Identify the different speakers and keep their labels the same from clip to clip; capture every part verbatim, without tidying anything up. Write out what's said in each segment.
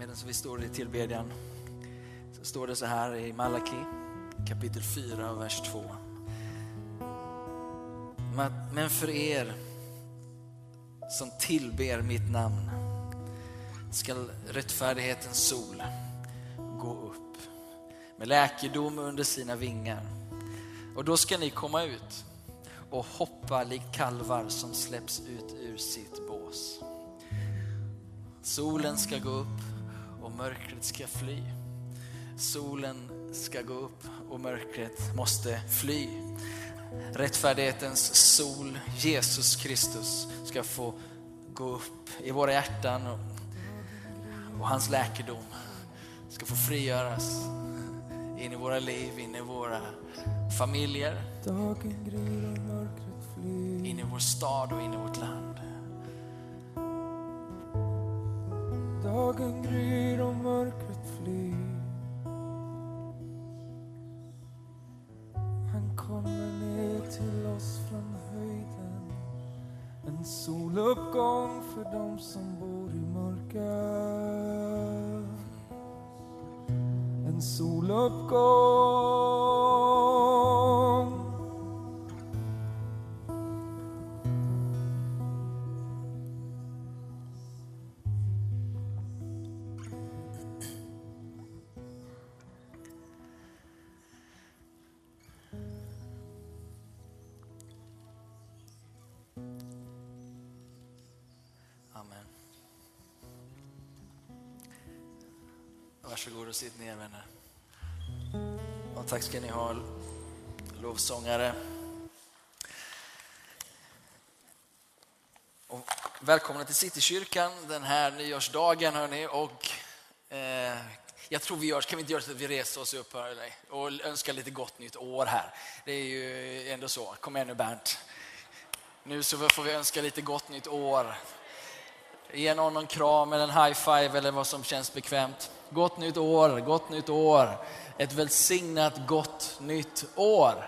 Speaker 1: medan vi står i tillbedjan så står det så här i Malaki kapitel fyra och vers två. Men för er som tillber mitt namn ska rättfärdighetens sol gå upp med läkedom under sina vingar. Och då ska ni komma ut och hoppa likt kalvar som släpps ut ur sitt bås. Solen ska gå upp och mörkret ska fly. Solen ska gå upp och mörkret måste fly. Rättfärdighetens sol, Jesus Kristus, ska få gå upp i våra hjärtan och, och hans läkedom ska få frigöras in i våra liv, in i våra familjer, in i vår stad och in i vårt land.
Speaker 2: Dagen gryr och mörkret flyr. Han kommer ner till oss från höjden. En soluppgång för dem som bor i mörker. En soluppgång.
Speaker 1: Amen. Varsågod och sitt ner, vänner. Och tack ska ni ha, lovsångare. Och välkomna till Citykyrkan den här nyårsdagen, hörni. Och eh, jag tror vi gör, kan vi inte göra så att vi reser oss upp här eller? Och önskar lite gott nytt år här. Det är ju ändå så. Kom igen nu, Bernt. Nu så får vi önska lite gott nytt år. Ge någon en kram eller en high five eller vad som känns bekvämt. Gott nytt år, gott nytt år. Ett välsignat gott nytt år.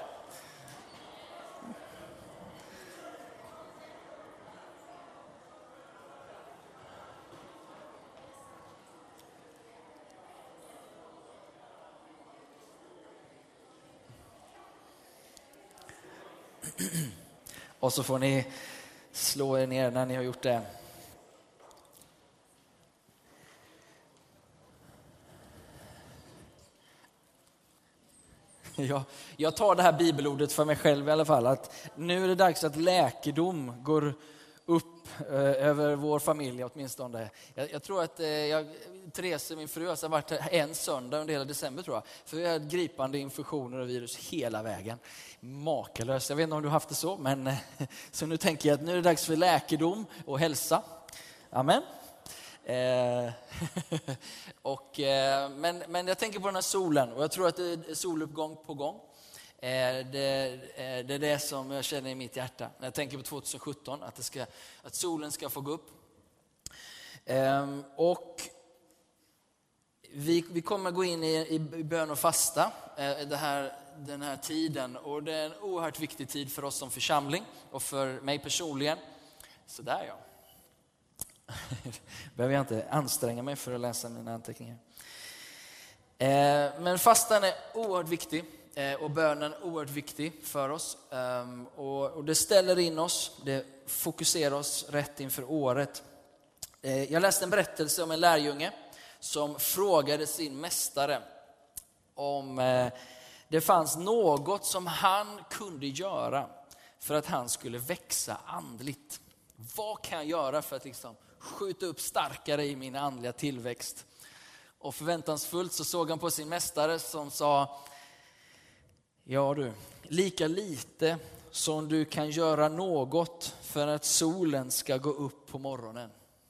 Speaker 1: Och så får ni slå er ner när ni har gjort det. Jag, jag tar det här bibelordet för mig själv i alla fall. Att nu är det dags att läkedom går upp eh, över vår familj åtminstone. Jag, jag tror att eh, jag, Therese, min fru, har varit en söndag under hela december tror jag. För vi har gripande infektioner och virus hela vägen. Makalöst. Jag vet inte om du har haft det så. Men, eh, så nu tänker jag att nu är det dags för läkedom och hälsa. Amen. Eh, och, eh, men, men jag tänker på den här solen och jag tror att det är soluppgång på gång. Eh, det, eh, det är det som jag känner i mitt hjärta när jag tänker på tjugohundrasjutton, att, det ska, att solen ska få gå upp. Eh, och vi, vi kommer gå in i, i bön och fasta eh, det här, den här tiden, och det är en oerhört viktig tid för oss som församling och för mig personligen. Så där ja. Behöver jag inte anstränga mig för att läsa mina anteckningar. Eh, men fastan är oerhört viktig eh, och bönen är oerhört viktig för oss. Um, och, och det ställer in oss, det fokuserar oss rätt inför året. Eh, jag läste en berättelse om en lärjunge som frågade sin mästare om eh, det fanns något som han kunde göra för att han skulle växa andligt. Vad kan jag göra för att liksom skjuta upp starkare i min andliga tillväxt? Och förväntansfullt så såg han på sin mästare som sa: ja du, lika lite som du kan göra något för att solen ska gå upp på morgonen.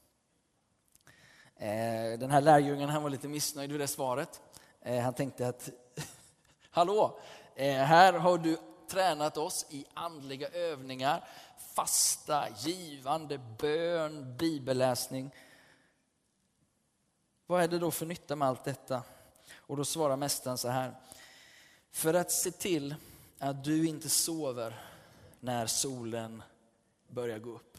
Speaker 1: Den här lärjungen, han var lite missnöjd med det svaret. Han tänkte att hallå, här har du tränat oss i andliga övningar, fasta, givande, bön, bibelläsning. Vad är det då för nytta med allt detta? Och då svarar mästaren så här: för att se till att du inte sover när solen börjar gå upp.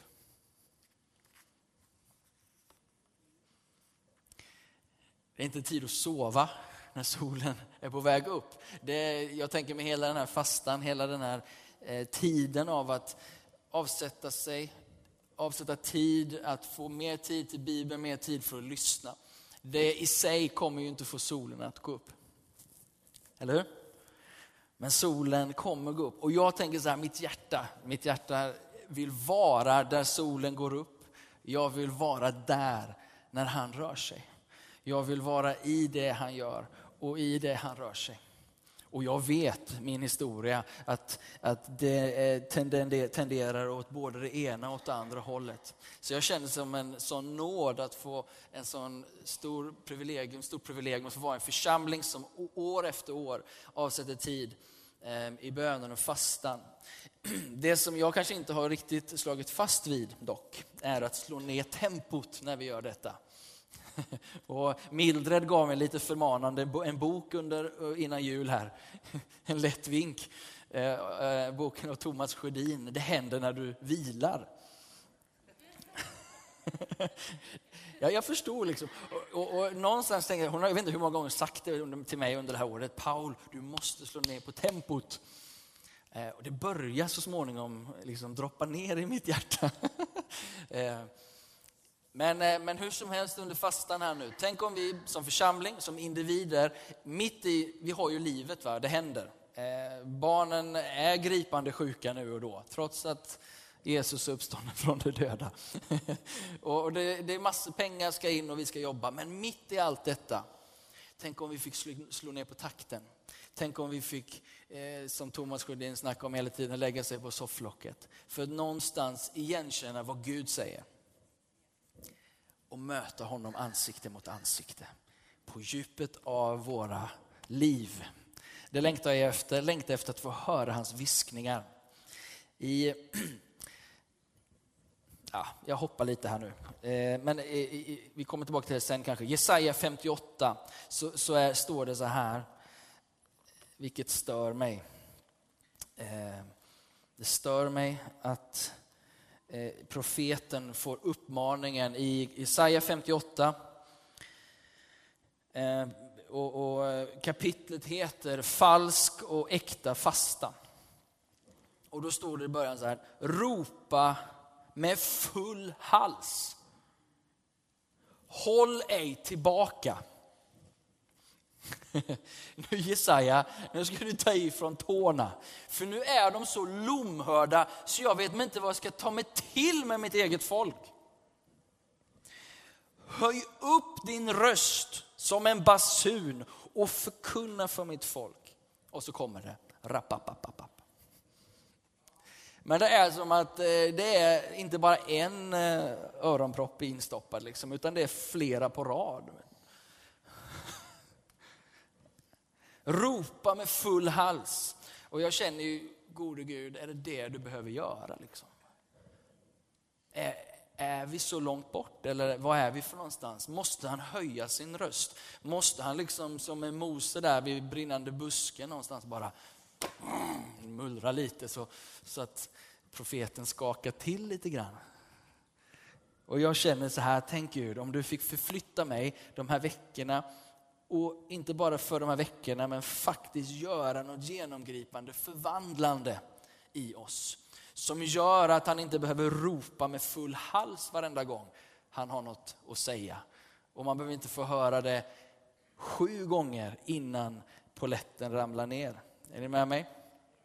Speaker 1: Det är inte tid att sova när solen är på väg upp. Det, jag tänker med hela den här fastan, hela den här eh, tiden av att avsätta sig, avsätta tid, att få mer tid till Bibeln, mer tid för att lyssna. Det i sig kommer ju inte få solen att gå upp. Eller hur? Men solen kommer gå upp. Och jag tänker så här, mitt hjärta, mitt hjärta vill vara där solen går upp. Jag vill vara där när han rör sig. Jag vill vara i det han gör och i det han rör sig. Och jag vet min historia att, att det tenderar åt både det ena och det andra hållet. Så jag känner som en sån nåd att få en sån stor privilegium, stor privilegium att få vara en församling som år efter år avsätter tid eh, i bönen och fastan. Det som jag kanske inte har riktigt slagit fast vid dock är att slå ner tempot när vi gör detta. Och Mildred gav mig lite förmanande en bok under innan jul här. En lätt vink. Eh, boken av Thomas Sjödin. Det händer när du vilar. Ja, jag förstår liksom. Och, och, och någonstans tänker jag, hon har, jag vet inte hur många gånger sagt det till mig under det här året. Paul, du måste slå ner på tempot. Eh, och det börjar så småningom liksom droppa ner i mitt hjärta. eh, Men, men hur som helst under fastan här nu. Tänk om vi som församling, som individer, mitt i, vi har ju livet, va? Det händer. Eh, barnen är gripande sjuka nu och då, trots att Jesus uppstånd från de döda. och det, det är massor pengar ska in och vi ska jobba. Men mitt i allt detta, tänk om vi fick slå, slå ner på takten. Tänk om vi fick, eh, som Thomas Sjödin snackade om hela tiden, lägga sig på sofflocket. För att någonstans igenkänna vad Gud säger. Och möta honom ansikte mot ansikte. På djupet av våra liv. Det längtar jag efter. Längtar efter att få höra hans viskningar. I, ja, jag hoppar lite här nu. Eh, men i, i, vi kommer tillbaka till det sen kanske. Jesaja femtioåtta. Så, så är, står det så här. Vilket stör mig. Eh, det stör mig att... profeten får uppmaningen i Jesaja femtioåtta eh, och, och kapitlet heter falsk och äkta fasta. Och då står det i början så här: ropa med full hals, håll ej tillbaka. Nu Jesaja, nu ska du ta ifrån tårna. För nu är de så lomhörda så jag vet inte vad jag ska ta mig till med mitt eget folk. Höj upp din röst som en basun och förkunna för mitt folk. Och så kommer det rapapapapap. Men det är som att det är inte bara en öronpropp instoppad liksom, utan det är flera på rad. Ropa med full hals. Och jag känner ju, gode Gud, är det det du behöver göra liksom? Är, är vi så långt bort? Eller vad är vi för någonstans? Måste han höja sin röst? Måste han liksom som en Mose där vid brinnande busken någonstans bara mm, mullra lite så, så att profeten skakar till lite grann? Och jag känner så här, tänk Gud, om du fick förflytta mig de här veckorna. Och inte bara för de här veckorna, men faktiskt göra något genomgripande, förvandlande i oss. Som gör att han inte behöver ropa med full hals varenda gång han har något att säga. Och man behöver inte få höra det sju gånger innan polletten ramlar ner. Är ni med mig?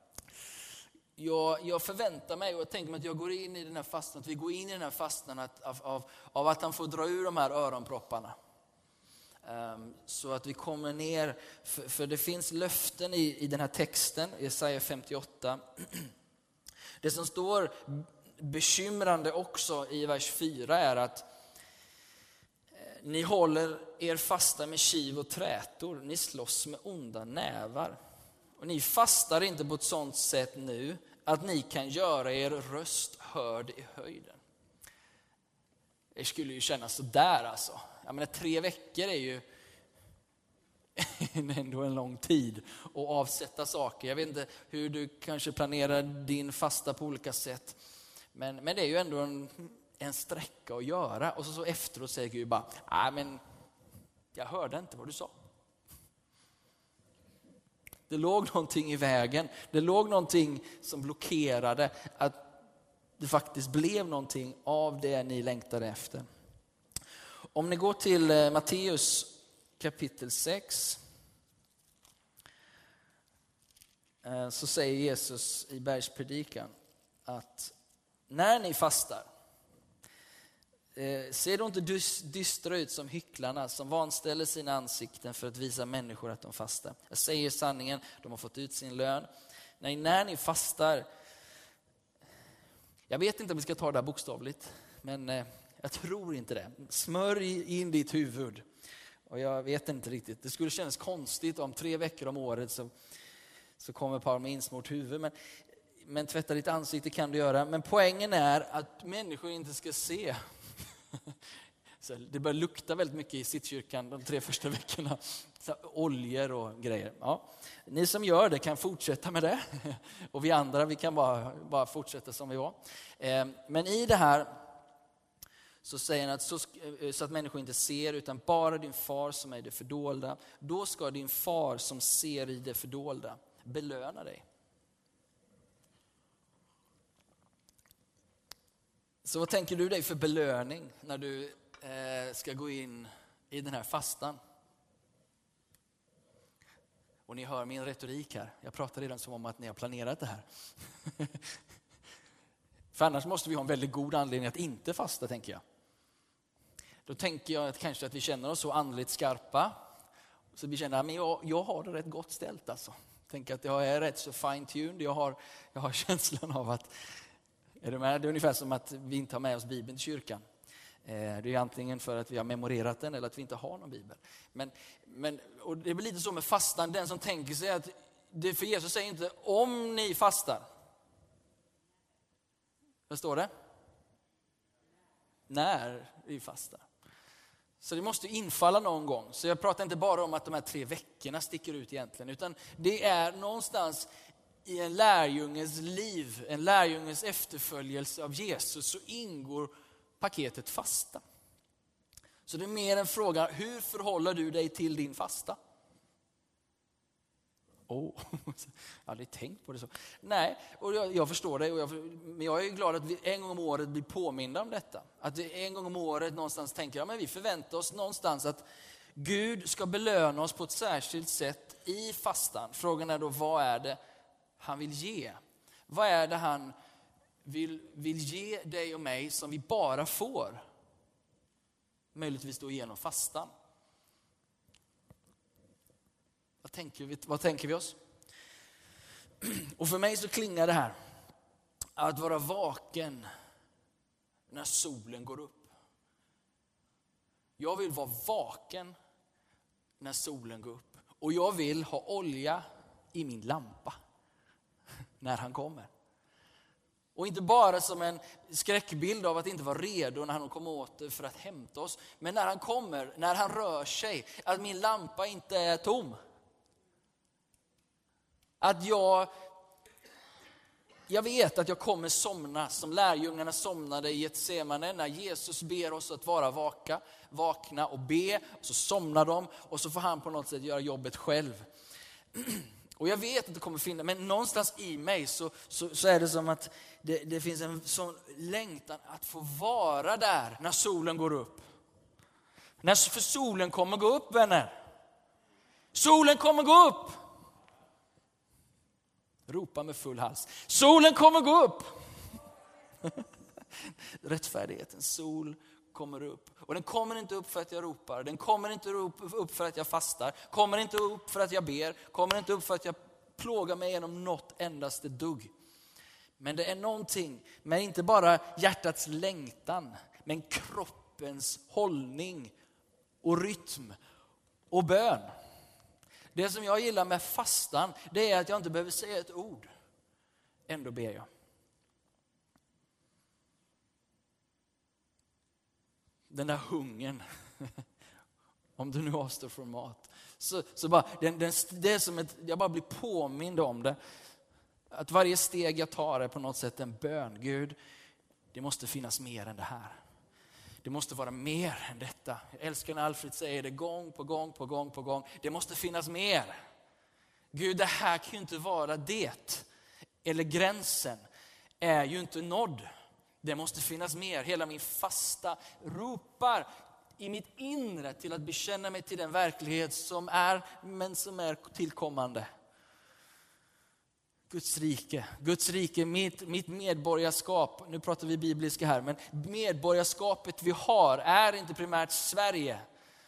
Speaker 1: Jag, jag förväntar mig och jag tänker mig att jag går in i den här fastan, att vi går in i den här fastan att, av, av, av att han får dra ur de här öronpropparna. Um, så att vi kommer ner, för, för det finns löften i, i den här texten, Jesaja femtioåtta. Det som står bekymrande också i vers fyra är att eh, ni håller er fasta med kiv och trätor, ni slåss med onda nävar. Och ni fastar inte på ett sånt sätt nu att ni kan göra er röst hörd i höjden. Det skulle ju kännas så där alltså. Jag menar, tre veckor är ju ändå en lång tid att avsätta saker. Jag vet inte hur du kanske planerar din fasta på olika sätt. Men, men det är ju ändå en, en sträcka att göra. Och så, så efteråt säger Gud bara, nej men Jag hörde inte vad du sa. Det låg någonting i vägen. Det låg någonting som blockerade att det faktiskt blev någonting av det ni längtade efter. Om ni går till Matteus kapitel sex, så säger Jesus i bergspredikan att när ni fastar, ser då inte dystra ut som hycklarna som vanställer sina ansikten för att visa människor att de fastar. Jag säger sanningen, de har fått ut sin lön. Nej, när ni fastar, jag vet inte om vi ska ta det här bokstavligt, men jag tror inte det. Smörj in ditt huvud. Och jag vet inte riktigt, det skulle kännas konstigt om tre veckor om året så, så kommer ett par med insmort huvud. Men, men tvätta ditt ansikte kan du göra. Men poängen är att människor inte ska se. Så det börjar lukta väldigt mycket i Sittkyrkan de tre första veckorna. Så oljor och grejer. Ja. Ni som gör det kan fortsätta med det. Och vi andra, vi kan bara, bara fortsätta som vi var. Men i det här så säger han att så, så att människor inte ser utan bara din far som är i det fördolda. Då ska din far som ser i det fördolda belöna dig. Så vad tänker du dig för belöning när du eh, ska gå in i den här fastan? Och ni hör min retorik här. Jag pratar redan som om att ni har planerat det här. För annars måste vi ha en väldigt god anledning att inte fasta, tänker jag. Då tänker jag att kanske att vi känner oss så andligt skarpa. Så vi känner att jag, jag har det rätt gott ställt alltså. Tänker att jag är rätt så fine-tuned. Jag har, jag har känslan av att är det, med? Det är ungefär som att vi inte har med oss Bibeln till kyrkan. Det är antingen för att vi har memorerat den eller att vi inte har någon Bibel. Men, men, och det blir lite så med fastan. Den som tänker sig att det för Jesus säger inte om ni fastar. Vad står det? När vi fastar. Så det måste infalla någon gång. Så jag pratar inte bara om att de här tre veckorna sticker ut egentligen. Utan det är någonstans i en lärjunges liv, en lärjunges efterföljelse av Jesus, så ingår paketet fasta. Så det är mer en fråga, hur förhåller du dig till din fasta? Åh, oh, jag har aldrig tänkt på det så. Nej, och jag, jag förstår det. Och jag, men jag är glad att vi en gång om året blir påminda om detta. Att vi en gång om året någonstans tänker, ja, men vi förväntar oss någonstans att Gud ska belöna oss på ett särskilt sätt i fastan. Frågan är då, vad är det han vill ge? Vad är det han vill, vill ge dig och mig som vi bara får? Möjligtvis då genom fastan. Vad tänker vi, vad tänker vi oss? Och för mig så klingar det här att vara vaken när solen går upp. Jag vill vara vaken när solen går upp. Och jag vill ha olja i min lampa när han kommer. Och inte bara som en skräckbild av att inte vara redo när han kommer åter för att hämta oss. Men när han kommer, när han rör sig, att min lampa inte är tom. Att jag, jag vet att jag kommer somna som lärjungarna somnade i Getsemane när Jesus ber oss att vara vaka, vakna och be. Så somnar de och så får han på något sätt göra jobbet själv. Och jag vet att det kommer finnas, men någonstans i mig så, så, så är det som att det, det finns en sån längtan att få vara där när solen går upp. När, för solen kommer gå upp, vänner. Solen kommer gå upp. Ropa med full hals. Solen kommer gå upp. Rättfärdighetens sol kommer upp. Och den kommer inte upp för att jag ropar. Den kommer inte upp för att jag fastar. Kommer inte upp för att jag ber. Kommer inte upp för att jag plågar mig genom något endaste dugg. Men det är någonting, men inte bara hjärtats längtan, men kroppens hållning och rytm och bön. Det som jag gillar med fastan, det är att jag inte behöver säga ett ord. Ändå ber jag. Den där hungern, om du nu avstår från mat. Så, så bara, den, den, det är som ett, jag bara blir påmind om det. Att varje steg jag tar är på något sätt en bön. Gud, det måste finnas mer än det här. Det måste vara mer än detta. Jag älskar när Alfred säger det gång på gång på gång på gång. Det måste finnas mer. Gud, det här kan ju inte vara det. Eller gränsen är ju inte nådd. Det måste finnas mer. Hela min fasta ropar i mitt inre till att bekänna mig till den verklighet som är, men som är tillkommande. Guds rike, Guds rike, mitt, mitt medborgarskap, nu pratar vi bibliska här, men medborgarskapet vi har är inte primärt Sverige.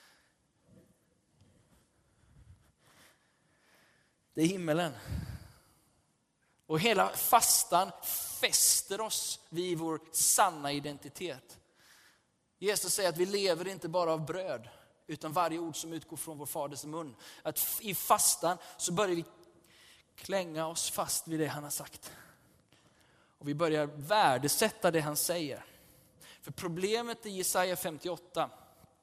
Speaker 1: Det är himmelen. Och hela fastan fäster oss vid vår sanna identitet. Jesus säger att vi lever inte bara av bröd, utan varje ord som utgår från vår faders mun. Att i fastan så börjar vi klänga oss fast vid det han har sagt. Och vi börjar värdesätta det han säger. För problemet i Jesaja femtioåtta.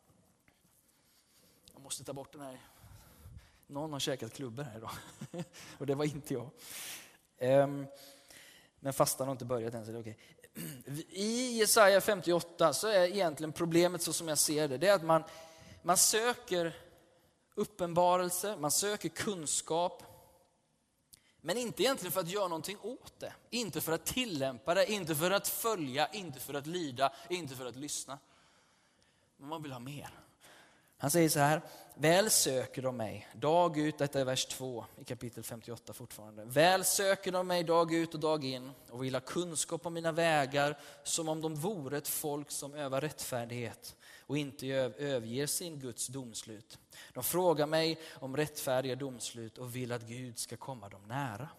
Speaker 1: Jag måste ta bort den här. Någon har käkat klubbor här idag. Och det var inte jag. Um, men fastan har inte börjat än, så det är okej. I Jesaja femtioåtta så är egentligen problemet, så som jag ser det, det är att man, man söker uppenbarelse, man söker kunskap. Men inte egentligen för att göra någonting åt det. Inte för att tillämpa det, inte för att följa, inte för att lyda, inte för att lyssna. Men man vill ha mer. Han säger så här: väl söker de mig dag ut, detta är vers två i kapitel femtioåtta fortfarande. Väl söker de mig dag ut och dag in och vill ha kunskap om mina vägar, som om de vore ett folk som övar rättfärdighet och inte överger sin Guds domslut. De frågar mig om rättfärdiga domslut och vill att Gud ska komma dem nära.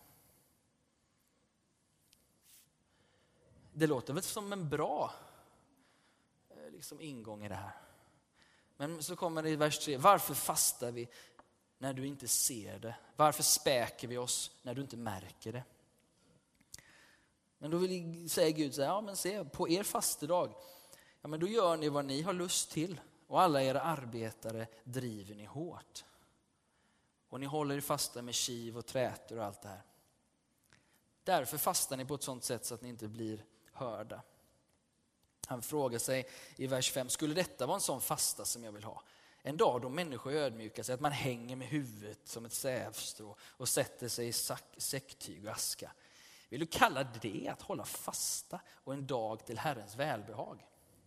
Speaker 1: Det låter väl som en bra liksom, ingång i det här. Men så kommer det i vers tre. Varför fastar vi när du inte ser det? Varför späker vi oss när du inte märker det? Men då vill säga Gud så här, ja men se, på er fastedag, ja men då gör ni vad ni har lust till. Och alla era arbetare driver ni hårt. Och ni håller er fasta med kiv och trätor och allt det här. Därför fastar ni på ett sånt sätt så att ni inte blir hörda. Han frågar sig i vers fem, skulle detta vara en sån fasta som jag vill ha? En dag då människor ödmjukar sig, att man hänger med huvudet som ett sävstrå och sätter sig i säcktyg och aska. Vill du kalla det att hålla fasta och en dag till Herrens välbehag?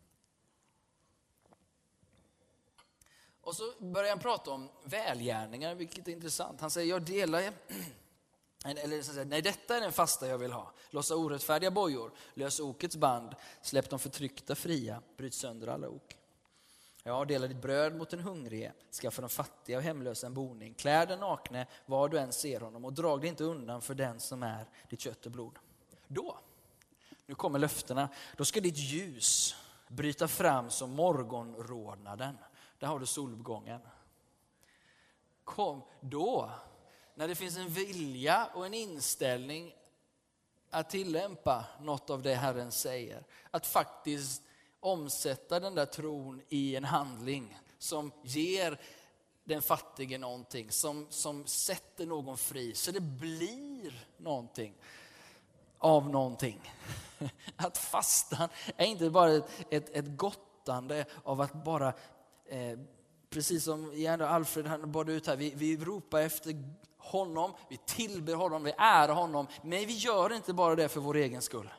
Speaker 1: Och så börjar han prata om välgärningar, vilket är intressant. Han säger, jag delar... Eller så säger, nej, detta är den fasta jag vill ha. Lossa orättfärdiga bojor, lös okets band, släpp de förtryckta fria, bryt sönder alla ok. Ja, dela ditt bröd mot den hungrige, skaffa de fattiga och hemlösa en boning, klä den nakne var du än ser honom och drag dig inte undan för den som är ditt kött och blod. Då, nu kommer löftena, då ska ditt ljus bryta fram som morgonrodnaden. Där har du soluppgången. Kom, då, när det finns en vilja och en inställning att tillämpa något av det Herren säger. Att faktiskt omsätta den där tron i en handling som ger den fattige någonting. Som, som sätter någon fri. Så det blir någonting av någonting. Att fastan är inte bara ett, ett, ett gottande av att bara... Eh, precis som igen Alfred han bad ut här. Vi, vi ropar efter honom. Vi tillber honom. Vi ärar honom. Men vi gör inte bara det för vår egen skull.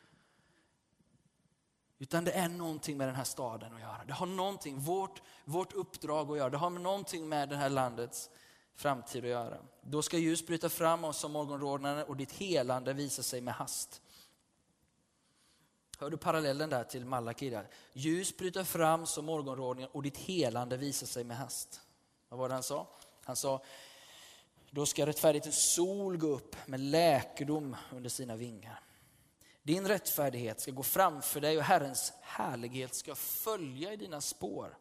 Speaker 1: Utan det är någonting med den här staden att göra. Det har någonting, vårt, vårt uppdrag att göra. Det har någonting med det här landets framtid att göra. Då ska ljus bryta fram oss som morgonrodnaden och ditt helande visar sig med hast. Hör du parallellen där till Malaki där? Ljus bryter fram som morgonrodningen och ditt helande visar sig med hast. Vad var det han sa? Han sa, då ska rättfärdighetens sol gå upp med läkedom under sina vingar. Din rättfärdighet ska gå framför dig och Herrens härlighet ska följa i dina spår.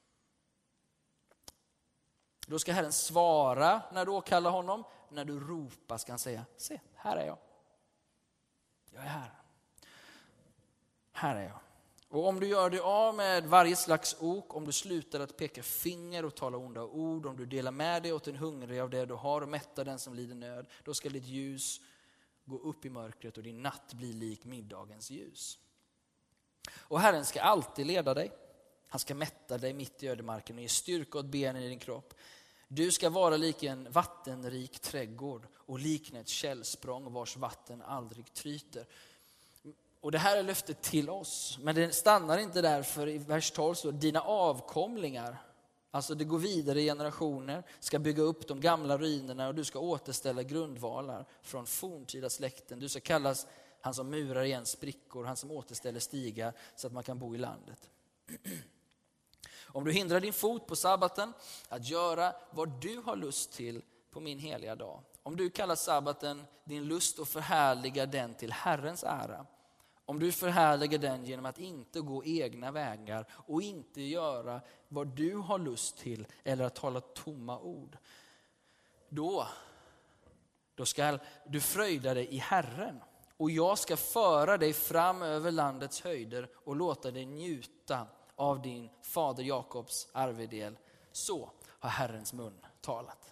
Speaker 1: Då ska Herren svara när du åkallar honom. När du ropar ska han säga, se, här är jag. Jag är här. Här är jag. Och om du gör det av med varje slags ok, om du slutar att peka finger och tala onda ord, om du delar med dig åt den hungriga av det du har och mättar den som lider nöd, då ska ditt ljus gå upp i mörkret och din natt bli lik middagens ljus. Och Herren ska alltid leda dig. Han ska mätta dig mitt i ödemarken och ge styrka åt benen i din kropp. Du ska vara lik en vattenrik trädgård och likna ett källsprång vars vatten aldrig tryter. Och det här är löftet till oss. Men det stannar inte där, för i vers tolv så dina avkomlingar, alltså det går vidare i generationer, ska bygga upp de gamla ruinerna och du ska återställa grundvalar från forntida släkten. Du ska kallas han som murar igen sprickor, han som återställer stigar så att man kan bo i landet. Om du hindrar din fot på sabbaten att göra vad du har lust till på min heliga dag. Om du kallar sabbaten din lust och förhärligar den till Herrens ära. Om du förhärligar den genom att inte gå egna vägar och inte göra vad du har lust till eller att tala tomma ord. Då, då ska du fröjda dig i Herren. Och jag ska föra dig fram över landets höjder och låta dig njuta av din fader Jakobs arvedel. Så har Herrens mun talat.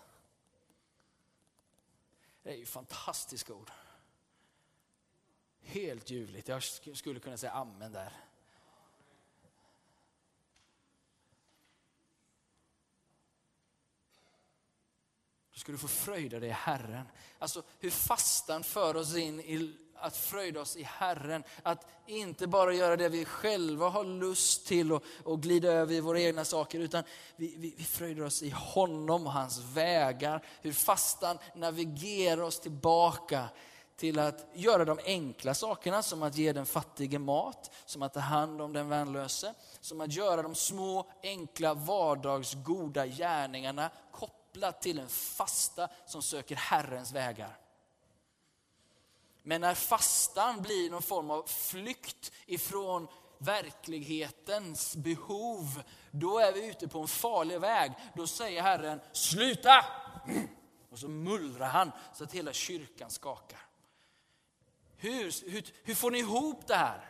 Speaker 1: Det är ju fantastiska ord. Helt ljuvligt. Jag skulle kunna säga amen där. Då ska du få fröjda dig i Herren. Alltså hur fastan för oss in i att fröjda oss i Herren. Att inte bara göra det vi själva har lust till och, och glida över i våra egna saker. Utan vi, vi, vi fröjdar oss i honom och hans vägar. Hur fastan navigerar oss tillbaka till att göra de enkla sakerna, som att ge den fattige mat, som att ta hand om den värnlöse, som att göra de små, enkla, vardagsgoda gärningarna kopplat till en fasta som söker Herrens vägar. Men när fastan blir någon form av flykt ifrån verklighetens behov, då är vi ute på en farlig väg. Då säger Herren, sluta! Och så mullrar han så att hela kyrkan skakar. Hur, hur, hur får ni ihop det här?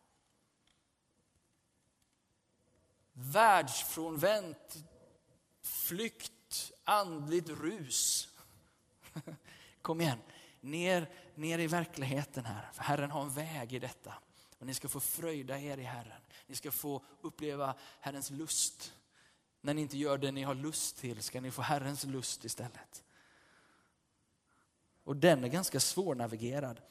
Speaker 1: Världsfrånvänt, flykt, andligt rus. Kom igen, ner, ner i verkligheten här. För Herren har en väg i detta. Och ni ska få fröjda er i Herren. Ni ska få uppleva Herrens lust. När ni inte gör det ni har lust till ska ni få Herrens lust istället. Och den är ganska svårnavigerad.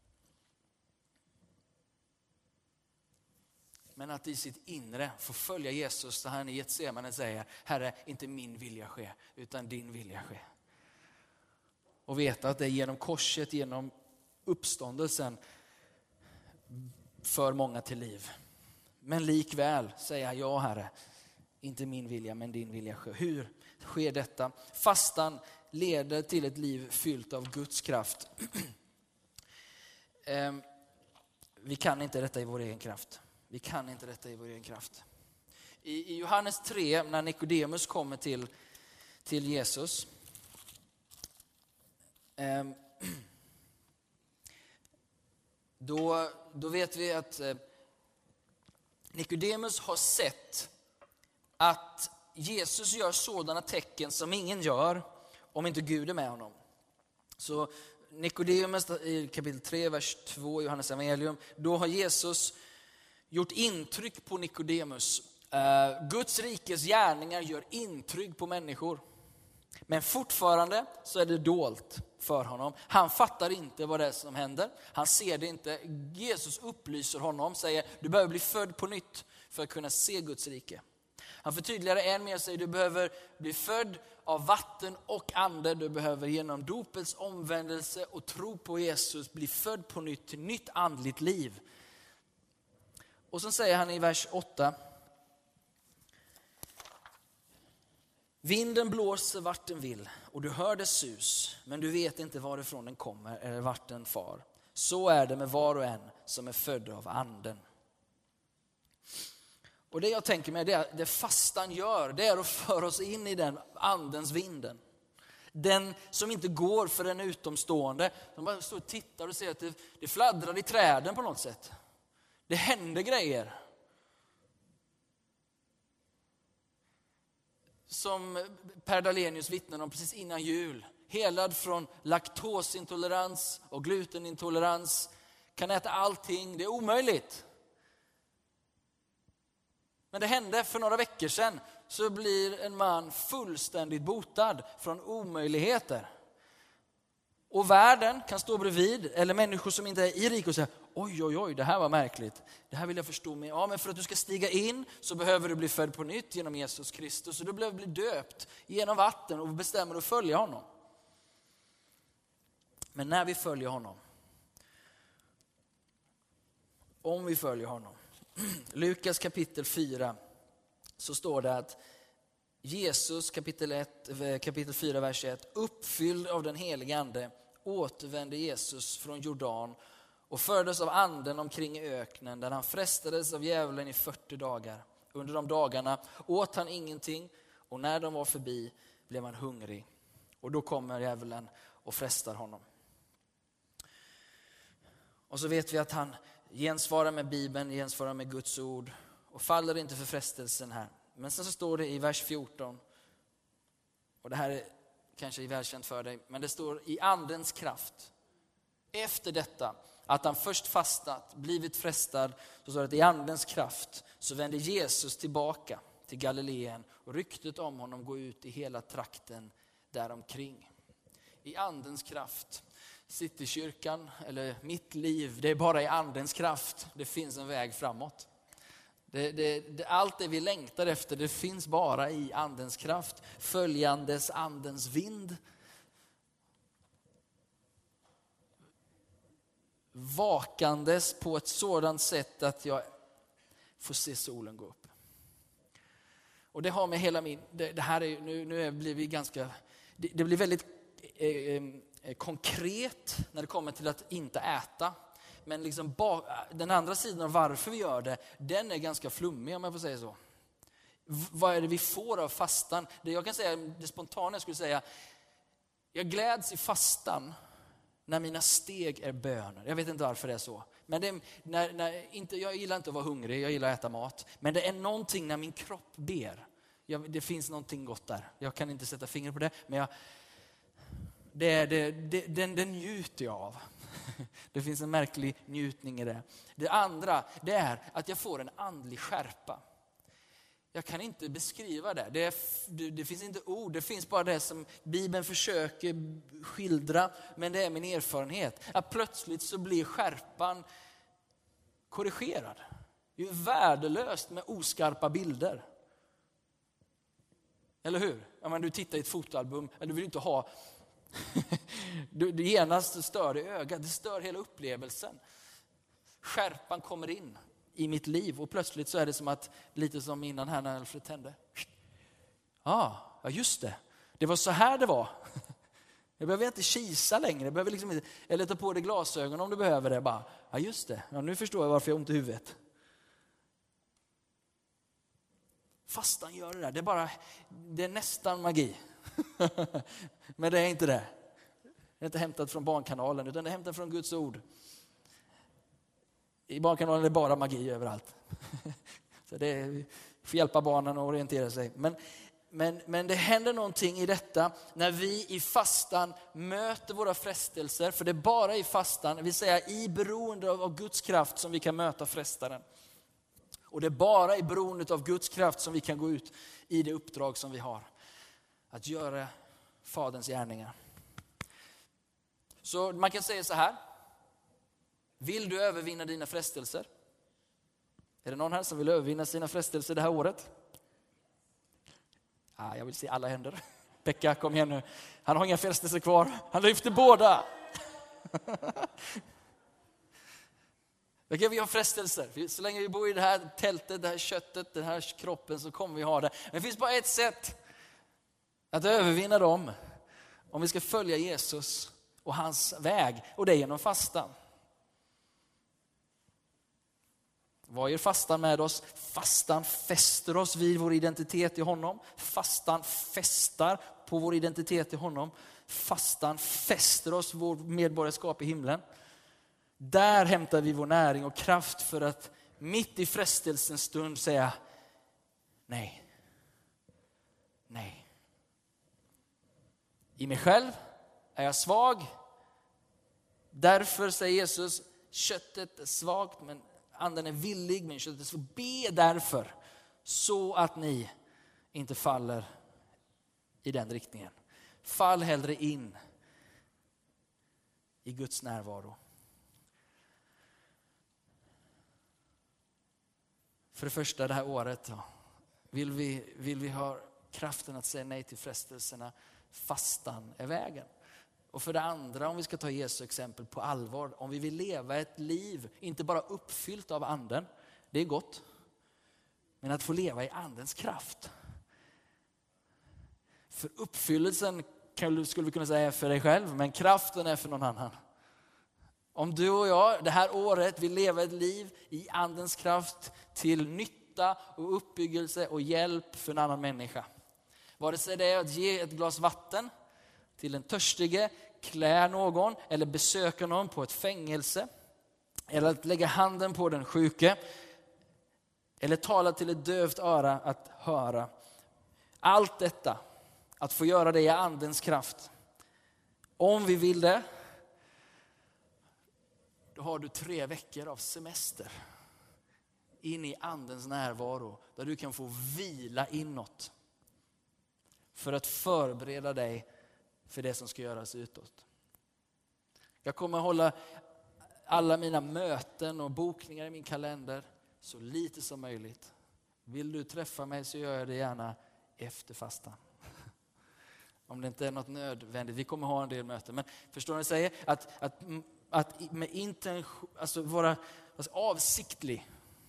Speaker 1: Men att i sitt inre få följa Jesus där han i Getsemane säger, Herre, inte min vilja ske, utan din vilja ske. Och veta att det är genom korset, genom uppståndelsen för många till liv. Men likväl säger ja, Herre, inte min vilja, men din vilja ske. Hur sker detta? Fastan leder till ett liv fyllt av Guds kraft. Vi kan inte detta i vår egen kraft. Vi kan inte detta i vår egen kraft. I, i Johannes tre, när Nikodemus kommer till, till Jesus. Eh, då, då vet vi att eh, Nikodemus har sett att Jesus gör sådana tecken som ingen gör om inte Gud är med honom. Så Nikodemus i kapitel tre, vers två, Johannes evangelium, då har Jesus gjort intryck på Nikodemus. Uh, Guds rikes gärningar gör intryck på människor. Men fortfarande så är det dolt för honom. Han fattar inte vad det är som händer. Han ser det inte. Jesus upplyser honom, säger du behöver bli född på nytt för att kunna se Guds rike. Han förtydligar det än mer och säger du behöver bli född av vatten och ande. Du behöver genom dopets omvändelse och tro på Jesus bli född på nytt till nytt andligt liv. Och så säger han i vers åtta. Vinden blåser vart den vill och du hör dess sus, men du vet inte varifrån den kommer eller vart den far. Så är det med var och en som är född av anden. Och det jag tänker mig, det, det fastan gör, det är att föra oss in i den andens vinden. Den som inte går för en utomstående. De bara står och tittar och ser att det, det fladdrar i träden på något sätt. Det händer grejer. Som Per Dalenius vittnade om precis innan jul. Helad från laktosintolerans och glutenintolerans. Kan äta allting, det är omöjligt. Men det hände för några veckor sedan, så blir en man fullständigt botad från omöjligheter. Och världen kan stå bredvid, eller människor som inte är i rik och säga, oj oj oj, det här var märkligt. Det här vill jag förstå mer. Ja, men för att du ska stiga in så behöver du bli född på nytt genom Jesus Kristus. Och du behöver bli döpt genom vatten och bestämmer att följa honom. Men när vi följer honom, om vi följer honom, Lukas kapitel fyra, så står det att Jesus kapitel, ett, kapitel fyra, vers ett, uppfylld av den heliga ande, återvände Jesus från Jordan och fördes av anden omkring i öknen, där han frestades av djävulen i fyrtio dagar. Under de dagarna åt han ingenting, och när de var förbi blev han hungrig. Och då kommer djävulen och frestar honom. Och så vet vi att han gensvarar med Bibeln, gensvarar med Guds ord och faller inte för frestelsen här. Men sen så står det i vers fjorton, och det här är kanske välkänt för dig, men det står i andens kraft. Efter detta, att han först fastat, blivit frestad, så står det att i andens kraft så vände Jesus tillbaka till Galileen, och ryktet om honom går ut i hela trakten däromkring. I andens kraft. Citykyrkan, eller mitt liv, det är bara i andens kraft det finns en väg framåt. Det, det, det, allt det vi längtar efter, det finns bara i andens kraft. Följandes andens vind. Vakandes på ett sådant sätt att jag får se solen gå upp. Och det har med hela min... Det, det här är, nu, nu blir vi ganska... Det, det blir väldigt eh, eh, konkret när det kommer till att inte äta. Men liksom ba, den andra sidan av varför vi gör det, den är ganska flummig, om jag får säga så. V- vad är det vi får av fastan? Det jag kan säga, det spontana jag skulle säga, jag gläds i fastan när mina steg är böner. Jag vet inte varför det är så. Men det är, när, när, inte, jag gillar inte att vara hungrig, jag gillar att äta mat. Men det är någonting när min kropp ber. Jag, det finns någonting gott där. Jag kan inte sätta fingret på det, men jag, det, det, det, den, den njuter jag av. Det finns en märklig njutning i det. Det andra, det är att jag får en andlig skärpa. Jag kan inte beskriva det. Det, är, det. det finns inte ord. Det finns bara det som Bibeln försöker skildra. Men det är min erfarenhet. Att plötsligt så blir skärpan korrigerad. Det är värdelöst med oskarpa bilder. Eller hur? Ja, men du tittar i ett fotoalbum, eller du vill inte ha... du, du genast stör i ögat. Det stör hela upplevelsen. Skärpan kommer in i mitt liv, och plötsligt så är det som att, lite som innan här när Alfred tände. Ah, ja, just det. Det var så här det var. Jag behöver inte kisa längre. Jag behöver liksom inte, eller ta på dig glasögon om du behöver det. Bara, ja, just det. Ja, nu förstår jag varför jag har ont i huvudet. Fastan gör det där. Det är bara, det är nästan magi. Men det är inte det. Det är inte hämtat från Barnkanalen, utan det är hämtat från Guds ord. I Barnkanalen är det bara magi överallt. Så det är, får hjälpa barnen att orientera sig. Men, men, men det händer någonting i detta när vi i fastan möter våra frestelser. För det är bara i fastan, det vill säga i beroende av, av Guds kraft, som vi kan möta frestaren. Och det är bara i beroendet av Guds kraft som vi kan gå ut i det uppdrag som vi har. Att göra Faderns gärningar. Så man kan säga så här. Vill du övervinna dina frestelser? Är det någon här som vill övervinna sina frestelser det här året? Ah, jag vill se alla händer. Pekka, kom igen nu. Han har inga frestelser kvar. Han lyfter båda. Vi har frestelser. Så länge vi bor i det här tältet, det här köttet, den här kroppen, så kommer vi ha det. Men det finns bara ett sätt att övervinna dem. Om vi ska följa Jesus och hans väg. Och det är genom fastan. Vad gör fastan med oss? Fastan fäster oss vid vår identitet i honom. Fastan fästar på vår identitet i honom. Fastan fäster oss vår medborgarskap i himlen. Där hämtar vi vår näring och kraft för att mitt i frestelsens stund säga nej. Nej. I mig själv är jag svag. Därför säger Jesus, köttet är svagt men anden är villig, men köttet är svagt. Be därför så att ni inte faller i den riktningen. Fall hellre in i Guds närvaro. För det första det här året då, vill vi, vill vi ha kraften att säga nej till frestelserna. Fastan är vägen. Och för det andra, om vi ska ta Jesu exempel på allvar, om vi vill leva ett liv inte bara uppfyllt av anden, det är gott, men att få leva i andens kraft. För uppfyllelsen skulle vi kunna säga är för dig själv, men kraften är för någon annan. Om du och jag det här året vill leva ett liv i andens kraft till nytta och uppbyggelse och hjälp för en annan människa. Vare sig det är att ge ett glas vatten till en törstige, klä någon eller besöka någon på ett fängelse, eller att lägga handen på den sjuke, eller tala till ett dövt öra att höra. Allt detta, att få göra det i andens kraft. Om vi vill det, då har du tre veckor av semester in i andens närvaro, där du kan få vila inåt för att förbereda dig för det som ska göras utåt. Jag kommer hålla alla mina möten och bokningar i min kalender så lite som möjligt. Vill du träffa mig så gör jag det gärna efter fastan. Om det inte är något nödvändigt. Vi kommer ha en del möten. Men förstår ni vad jag säger? Att, att, att med intention, alltså vara alltså avsiktlig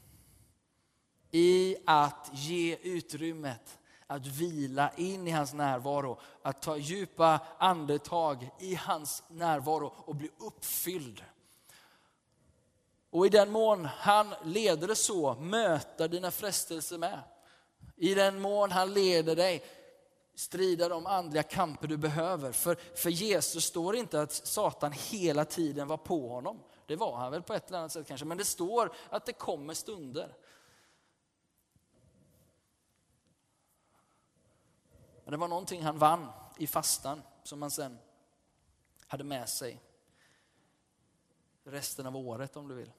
Speaker 1: i att ge utrymmet, att vila in i hans närvaro, att ta djupa andetag i hans närvaro och bli uppfylld. Och i den mån han leder dig så, möta dina frestelser med. I den mån han leder dig, strida de andliga kamper du behöver. För, för Jesus står inte att Satan hela tiden var på honom. Det var han väl på ett eller annat sätt kanske. Men det står att det kommer stunder. Men det var någonting han vann i fastan som han sen hade med sig resten av året om du vill.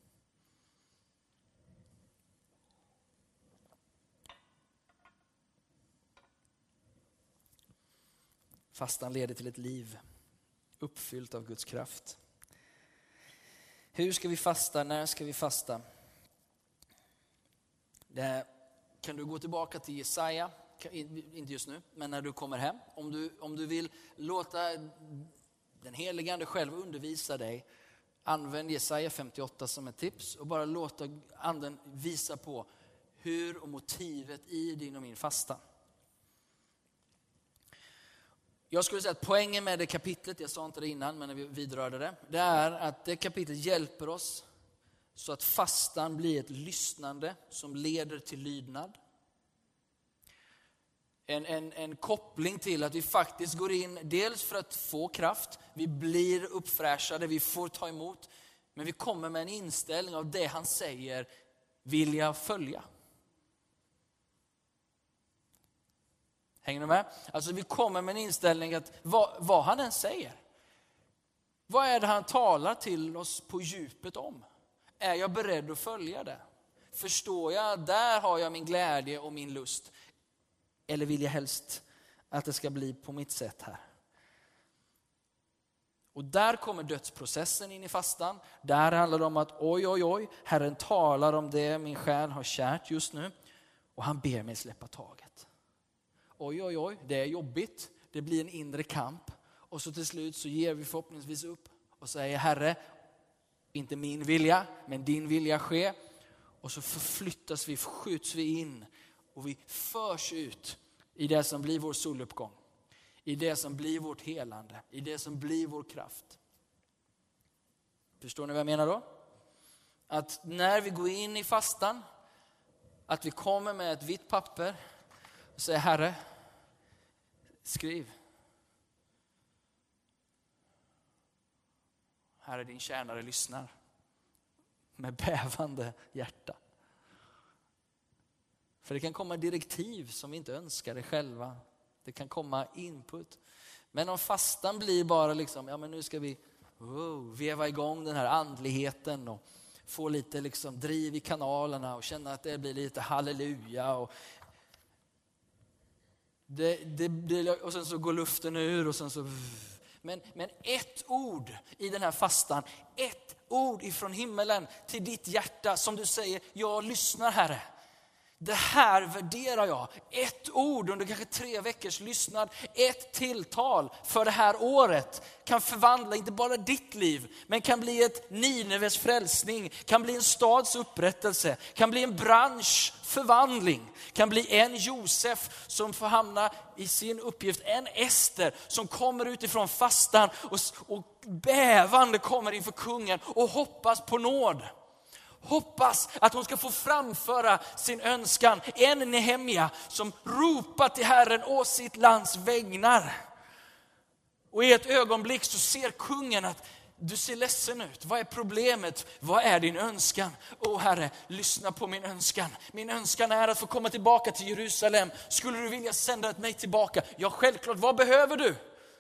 Speaker 1: Fastan leder till ett liv uppfyllt av Guds kraft. Hur ska vi fasta? När ska vi fasta? Det kan du gå tillbaka till Jesaja, inte just nu, men när du kommer hem. Om du, om du vill låta den helige Ande själv undervisa dig, använd Jesaja femtioåtta som ett tips och bara låta Anden visa på hur och motivet i din och min fasta. Jag skulle säga att poängen med det kapitlet, jag sa inte det innan men när vi vidrörde det, det är att det kapitlet hjälper oss så att fastan blir ett lyssnande som leder till lydnad. En, en, en koppling till att vi faktiskt går in, dels för att få kraft, vi blir uppfräschade, vi får ta emot, men vi kommer med en inställning av det han säger, vill jag följa. Hänger ni med? Alltså vi kommer med en inställning att vad, vad han än säger. Vad är det han talar till oss på djupet om? Är jag beredd att följa det? Förstår jag, där har jag min glädje och min lust. Eller vill jag helst att det ska bli på mitt sätt här? Och där kommer dödsprocessen in i fastan. Där handlar det om att oj, oj, oj. Herren talar om det min själ har kärt just nu. Och han ber mig släppa taget. Oj, oj, oj. Det är jobbigt. Det blir en inre kamp. Och så till slut så ger vi förhoppningsvis upp. Och säger Herre, inte min vilja, men din vilja ske. Och så förflyttas vi, skjuts vi in. Och vi förs ut i det som blir vår soluppgång. I det som blir vårt helande. I det som blir vår kraft. Förstår ni vad jag menar då? Att när vi går in i fastan. Att vi kommer med ett vitt papper. Och säger Herre, skriv. Herre, din tjänare lyssnar. Med bävande hjärta. För det kan komma direktiv som vi inte önskar det själva. Det kan komma input. Men om fastan blir bara liksom, ja men nu ska vi wow, veva igång den här andligheten och få lite liksom driv i kanalerna och känna att det blir lite halleluja. Och, det, det, det, och sen så går luften ur och sen så... Men, men ett ord i den här fastan, ett ord ifrån himmelen till ditt hjärta som du säger, jag lyssnar Herre. Det här värderar jag. Ett ord under kanske tre veckors lyssnad, ett tilltal för det här året kan förvandla inte bara ditt liv, men kan bli ett Nineves frälsning, kan bli en stads upprättelse, kan bli en bransch förvandling, kan bli en Josef som får hamna i sin uppgift, en Ester som kommer utifrån fastan och, och bävande kommer inför kungen och hoppas på nåd. Hoppas att hon ska få framföra sin önskan. En Nehemja som ropar till Herren å sitt lands vägnar. Och i ett ögonblick så ser kungen att du ser ledsen ut. Vad är problemet? Vad är din önskan? Åh Herre, lyssna på min önskan. Min önskan är att få komma tillbaka till Jerusalem. Skulle du vilja sända mig tillbaka? Ja, självklart. Vad behöver du?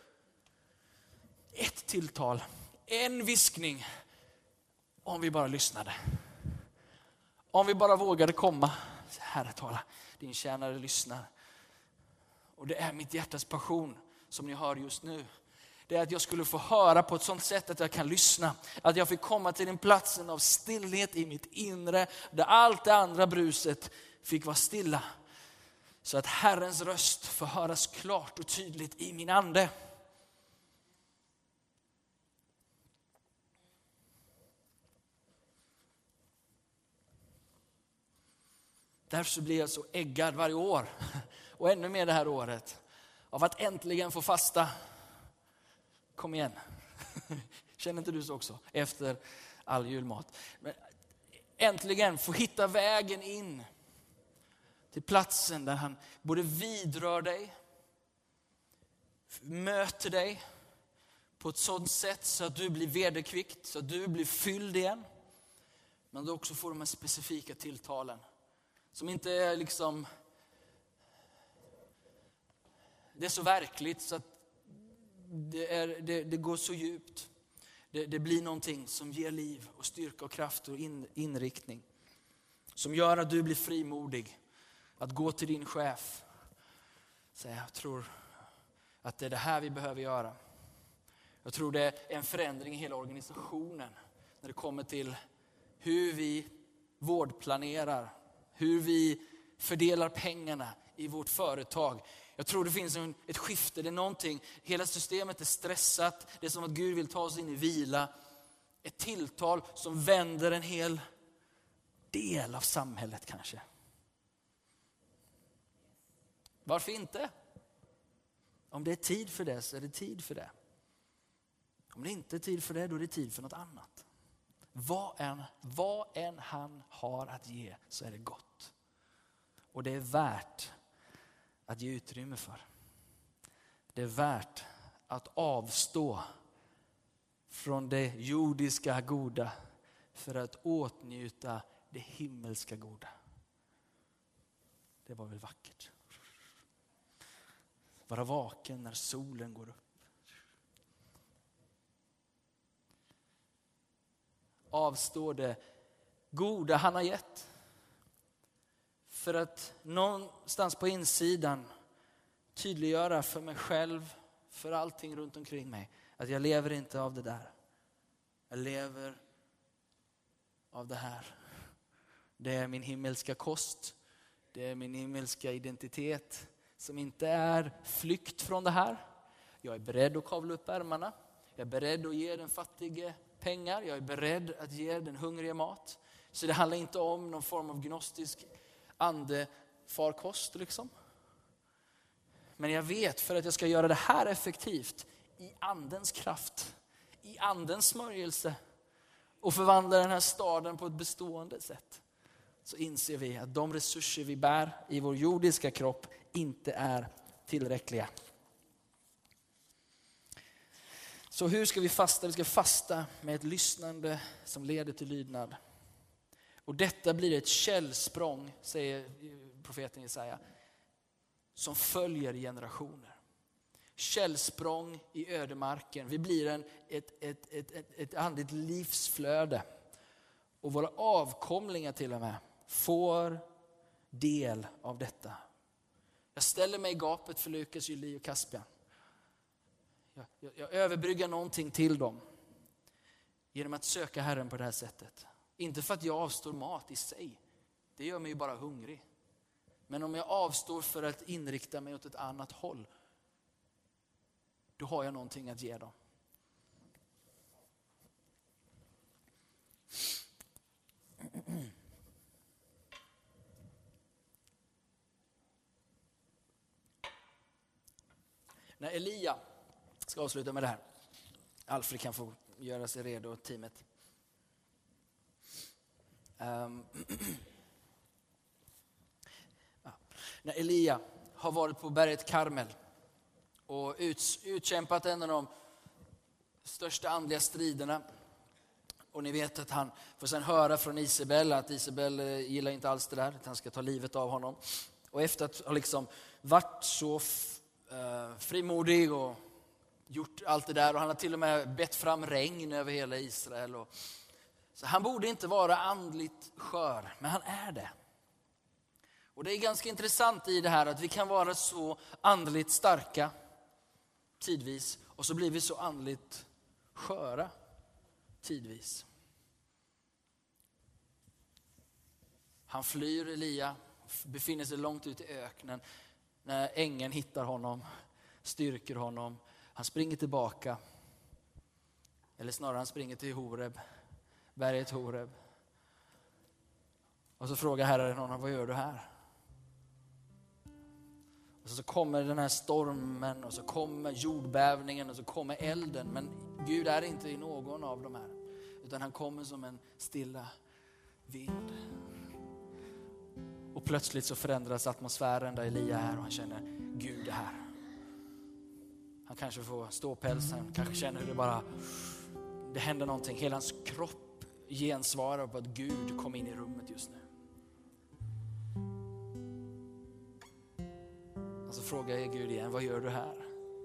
Speaker 1: Ett tilltal. En viskning. Om vi bara lyssnade. Om vi bara vågade komma. Herre, tala. Din tjänare lyssnar. Och det är mitt hjärtas passion som ni hör just nu. Det är att jag skulle få höra på ett sånt sätt att jag kan lyssna. Att jag fick komma till den platsen av stillhet i mitt inre. Där allt det andra bruset fick vara stilla. Så att Herrens röst får höras klart och tydligt i min ande. Därför så blir jag så äggad varje år. Och ännu mer det här året. Av att äntligen få fasta. Kom igen. Känner inte du så också? Efter all julmat. Men äntligen få hitta vägen in. Till platsen där han både vidrör dig. Möter dig. På ett sådant sätt så att du blir vederkvickt. Så att du blir fylld igen. Men du också får de här specifika tilltalen. Som inte är liksom... Det är så verkligt så att det, är, det, det går så djupt. Det, det blir någonting som ger liv och styrka och kraft och in, inriktning. Som gör att du blir frimodig. Att gå till din chef. Säga, jag tror att det är det här vi behöver göra. Jag tror det är en förändring i hela organisationen. När det kommer till hur vi vårdplanerar. Hur vi fördelar pengarna i vårt företag. Jag tror det finns en, ett skifte. Det är någonting. Hela systemet är stressat. Det är som att Gud vill ta oss in i vila. Ett tilltal som vänder en hel del av samhället kanske. Varför inte? Om det är tid för det så är det tid för det. Om det inte är tid för det då är det tid för något annat. Vad än, vad än han har att ge så är det gott. Och det är värt att ge utrymme för. Det är värt att avstå från det jordiska goda för att åtnjuta det himmelska goda. Det var väl vackert. Vara vaken när solen går upp. Avstå det goda han har gett. För att någonstans på insidan tydliggöra för mig själv, för allting runt omkring mig, att jag lever inte av det där. Jag lever av det här. Det är min himmelska kost. Det är min himmelska identitet som inte är flykt från det här. Jag är beredd att kavla upp ärmarna. Jag är beredd att ge den fattige pengar. Jag är beredd att ge den hungrige mat. Så det handlar inte om någon form av gnostisk andefarkost liksom. Men jag vet för att jag ska göra det här effektivt i andens kraft, i andens smörjelse och förvandla den här staden på ett bestående sätt. Så inser vi att de resurser vi bär i vår jordiska kropp inte är tillräckliga. Så hur ska vi fasta? Vi ska fasta med ett lyssnande som leder till lydnad. Och detta blir ett källsprång, säger profeten Jesaja, som följer generationer. Källsprång i ödemarken. Vi blir en, ett, ett, ett, ett, ett andligt livsflöde. och våra avkomlingar till och med får del av detta. Jag ställer mig i gapet för Lukas, Julie och Caspian. Jag, jag, jag överbryggar någonting till dem genom att söka Herren på det här sättet. Inte för att jag avstår mat i sig. Det gör mig ju bara hungrig. Men om jag avstår för att inrikta mig åt ett annat håll, då har jag någonting att ge dem. När Elia, ska avsluta med det här. Alfred kan få göra sig redo, teamet. Um, ja. När Elia har varit på berget Karmel och ut, utkämpat en av de största andliga striderna. Och ni vet att han får sedan höra från Isabel att Isabel gillar inte alls det där, att han ska ta livet av honom. Och efter att ha liksom varit så uh, frimodig och gjort allt det där, och han har till och med bett fram regn över hela Israel. Och, så han borde inte vara andligt skör, men han är det. Och det är ganska intressant i det här att vi kan vara så andligt starka tidvis, och så blir vi så andligt sköra tidvis. Han flyr, Elia, befinner sig långt ut i öknen när ängeln hittar honom, styrker honom. Han springer tillbaka, eller snarare han springer till Horeb, berget Horeb. Och så frågar Herren honom, vad gör du här? Och så kommer den här stormen, och så kommer jordbävningen, och så kommer elden. Men Gud är inte i någon av de här, utan han kommer som en stilla vind. Och plötsligt så förändras atmosfären där Elia är, och han känner, Gud är här. Han kanske får ståpäls, han kanske känner hur det bara, det händer någonting. Hela hans kropp gensvarar på att Gud kom in i rummet just nu. Och så frågar jag Gud igen, vad gör du här?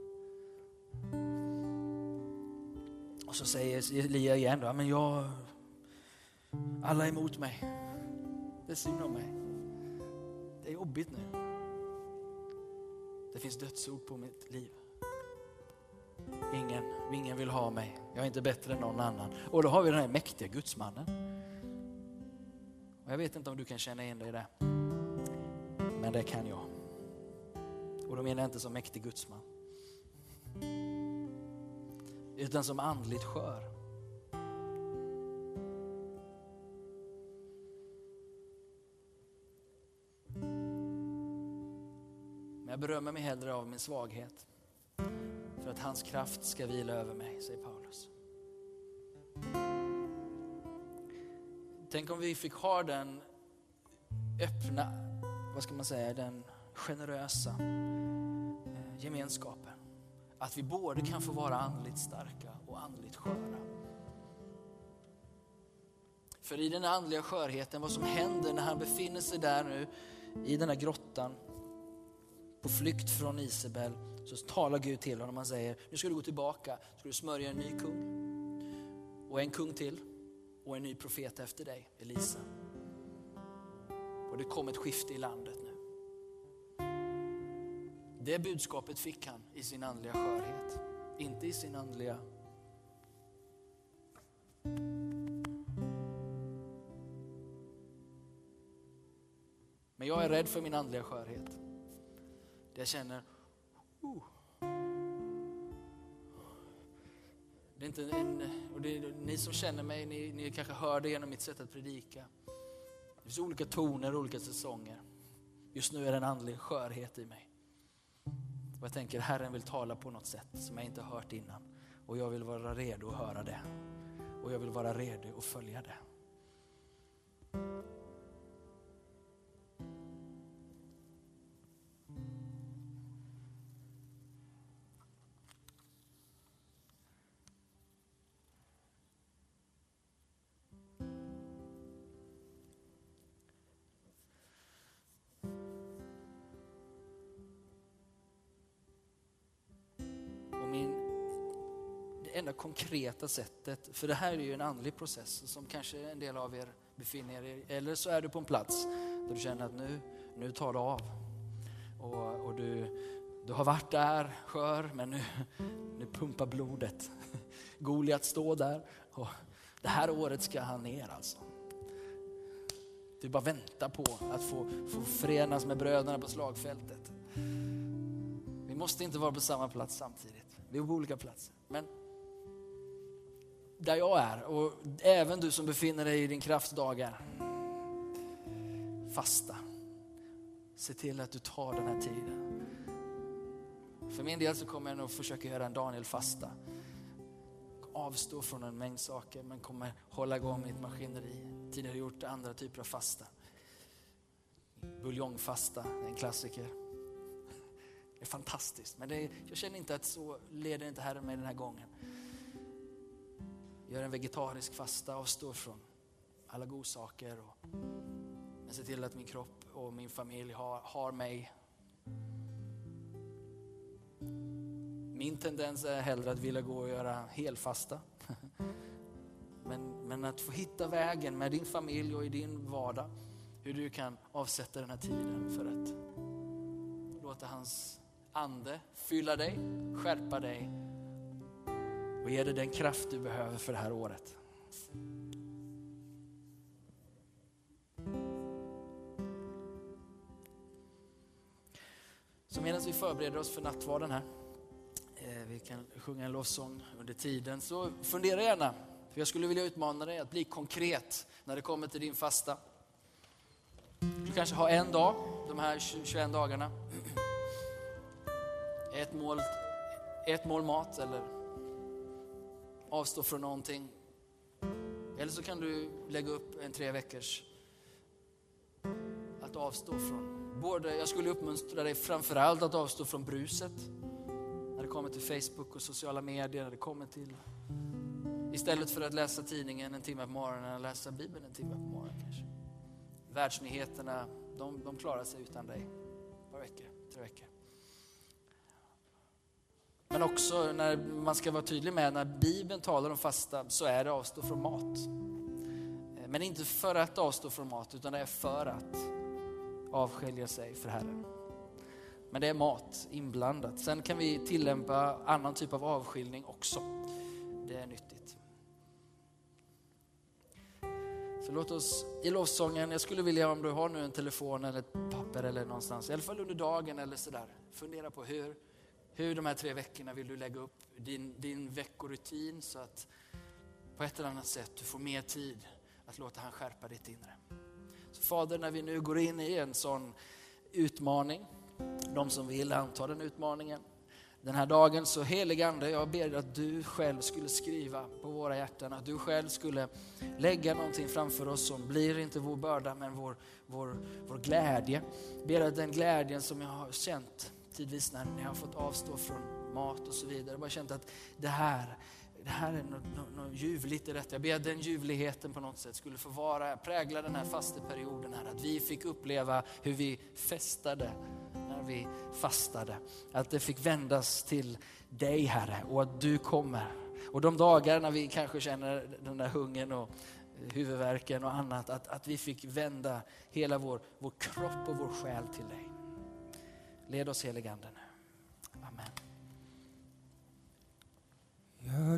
Speaker 1: Och så säger Elia igen då, men jag, alla är emot mig. Det är synd om mig. Det är jobbigt nu. Det finns dödsord på mitt liv. Ingen, ingen vill ha mig. Jag är inte bättre än någon annan. Och då har vi den här mäktiga gudsmannen. Och jag vet inte om du kan känna igen dig i det. Men det kan jag. Och då menar jag inte som mäktig gudsman, utan som andligt skör. Men jag berömmer mig hellre av min svaghet, för att hans kraft ska vila över mig, säger Paulus. Tänk om vi fick ha den öppna, vad ska man säga, den generösa gemenskapen. Att vi både kan få vara andligt starka och andligt sköra. För i den andliga skörheten, vad som händer när han befinner sig där nu i den här grottan på flykt från Isabel, så talar Gud till honom. Han säger, nu ska du gå tillbaka, ska du smörja en ny kung och en kung till och en ny profet efter dig, Elisa. Och det kom ett skifte i landet nu. Det budskapet fick han i sin andliga skörhet, inte i sin andliga. Men jag är rädd för min andliga skörhet. Det jag känner, uh. det är inte en, och det är, ni som känner mig, ni, ni kanske hör det genom mitt sätt att predika. Det finns olika toner, olika säsonger. Just nu är det en andlig skörhet i mig. Och jag tänker, Herren vill tala på något sätt som jag inte har hört innan. Och jag vill vara redo att höra det. Och jag vill vara redo att följa det. enda konkreta sättet, för det här är ju en andlig process som kanske en del av er befinner er i, eller så är du på en plats där du känner att nu, nu tar det av. Och, och du, du har varit där skör, men nu, nu pumpar blodet. Goliat står där och det här året ska han ner alltså. Du bara väntar på att få, få förenas med bröderna på slagfältet. Vi måste inte vara på samma plats samtidigt. Vi är på olika platser. Men där jag är, och även du som befinner dig i din kraftdagar, fasta. Se till att du tar den här tiden. För min del så kommer jag nog försöka göra en Daniel fasta. Avstå från en mängd saker, men kommer hålla igång mitt maskineri. Tidigare gjort andra typer av fasta. Buljongfasta, en klassiker. Det är fantastiskt, men det är, jag känner inte att så leder inte Herren mig den här gången. Gör en vegetarisk fasta, avstå från alla godsaker. Och, men se till att min kropp och min familj har, har mig. Min tendens är hellre att vilja gå och göra helfasta. Men, men att få hitta vägen med din familj och i din vardag. Hur du kan avsätta den här tiden för att låta hans ande fylla dig, skärpa dig och ge dig den kraft du behöver för det här året. Så medan vi förbereder oss för nattvarden här, eh, vi kan sjunga en lovsång under tiden, så fundera gärna. För jag skulle vilja utmana dig att bli konkret när det kommer till din fasta. Du kanske har en dag, de här tjugoett dagarna. Ett mål, ett mål mat eller avstå från någonting. Eller så kan du lägga upp en tre veckors att avstå från. Både, jag skulle uppmuntra dig framförallt att avstå från bruset. När det kommer till Facebook och sociala medier. När det kommer till, istället för att läsa tidningen en timme på morgonen, läsa Bibeln en timme på morgonen kanske. Världsnyheterna, de, de klarar sig utan dig. Ett par veckor, tre veckor. Men också när man ska vara tydlig med, när Bibeln talar om fasta, så är det avstå från mat. Men inte för att avstå från mat, utan det är för att avskilja sig för Herren. Men det är mat inblandat. Sen kan vi tillämpa annan typ av avskiljning också. Det är nyttigt. Så låt oss i lovsången, jag skulle vilja, om du har nu en telefon eller ett papper eller någonstans, i alla fall under dagen eller sådär, fundera på hur, hur de här tre veckorna vill du lägga upp din, din veckorutin så att på ett eller annat sätt du får mer tid att låta han skärpa ditt inre. Så Fader, när vi nu går in i en sån utmaning, de som vill anta den utmaningen den här dagen, så helig Ande, jag ber att du själv skulle skriva på våra hjärtan, att du själv skulle lägga någonting framför oss som blir inte vår börda men vår, vår, vår glädje. Jag ber att den glädjen som jag har känt tidvis när jag har fått avstå från mat och så vidare, jag har bara känt att det här Det här är något, något, något ljuvligt i detta. Jag ber att den ljuvligheten på något sätt skulle få vara, prägla den här fasteperioden här. Att vi fick uppleva hur vi festade när vi fastade. Att det fick vändas till dig, Herre, och att du kommer. Och de dagar när vi kanske känner den där hungern och huvudvärken och annat, att, att vi fick vända hela vår, vår kropp och vår själ till dig. Led oss, helig Ande, nu. Amen.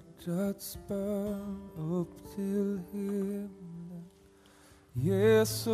Speaker 2: Hjärtats bön upp till himlen, Jesus.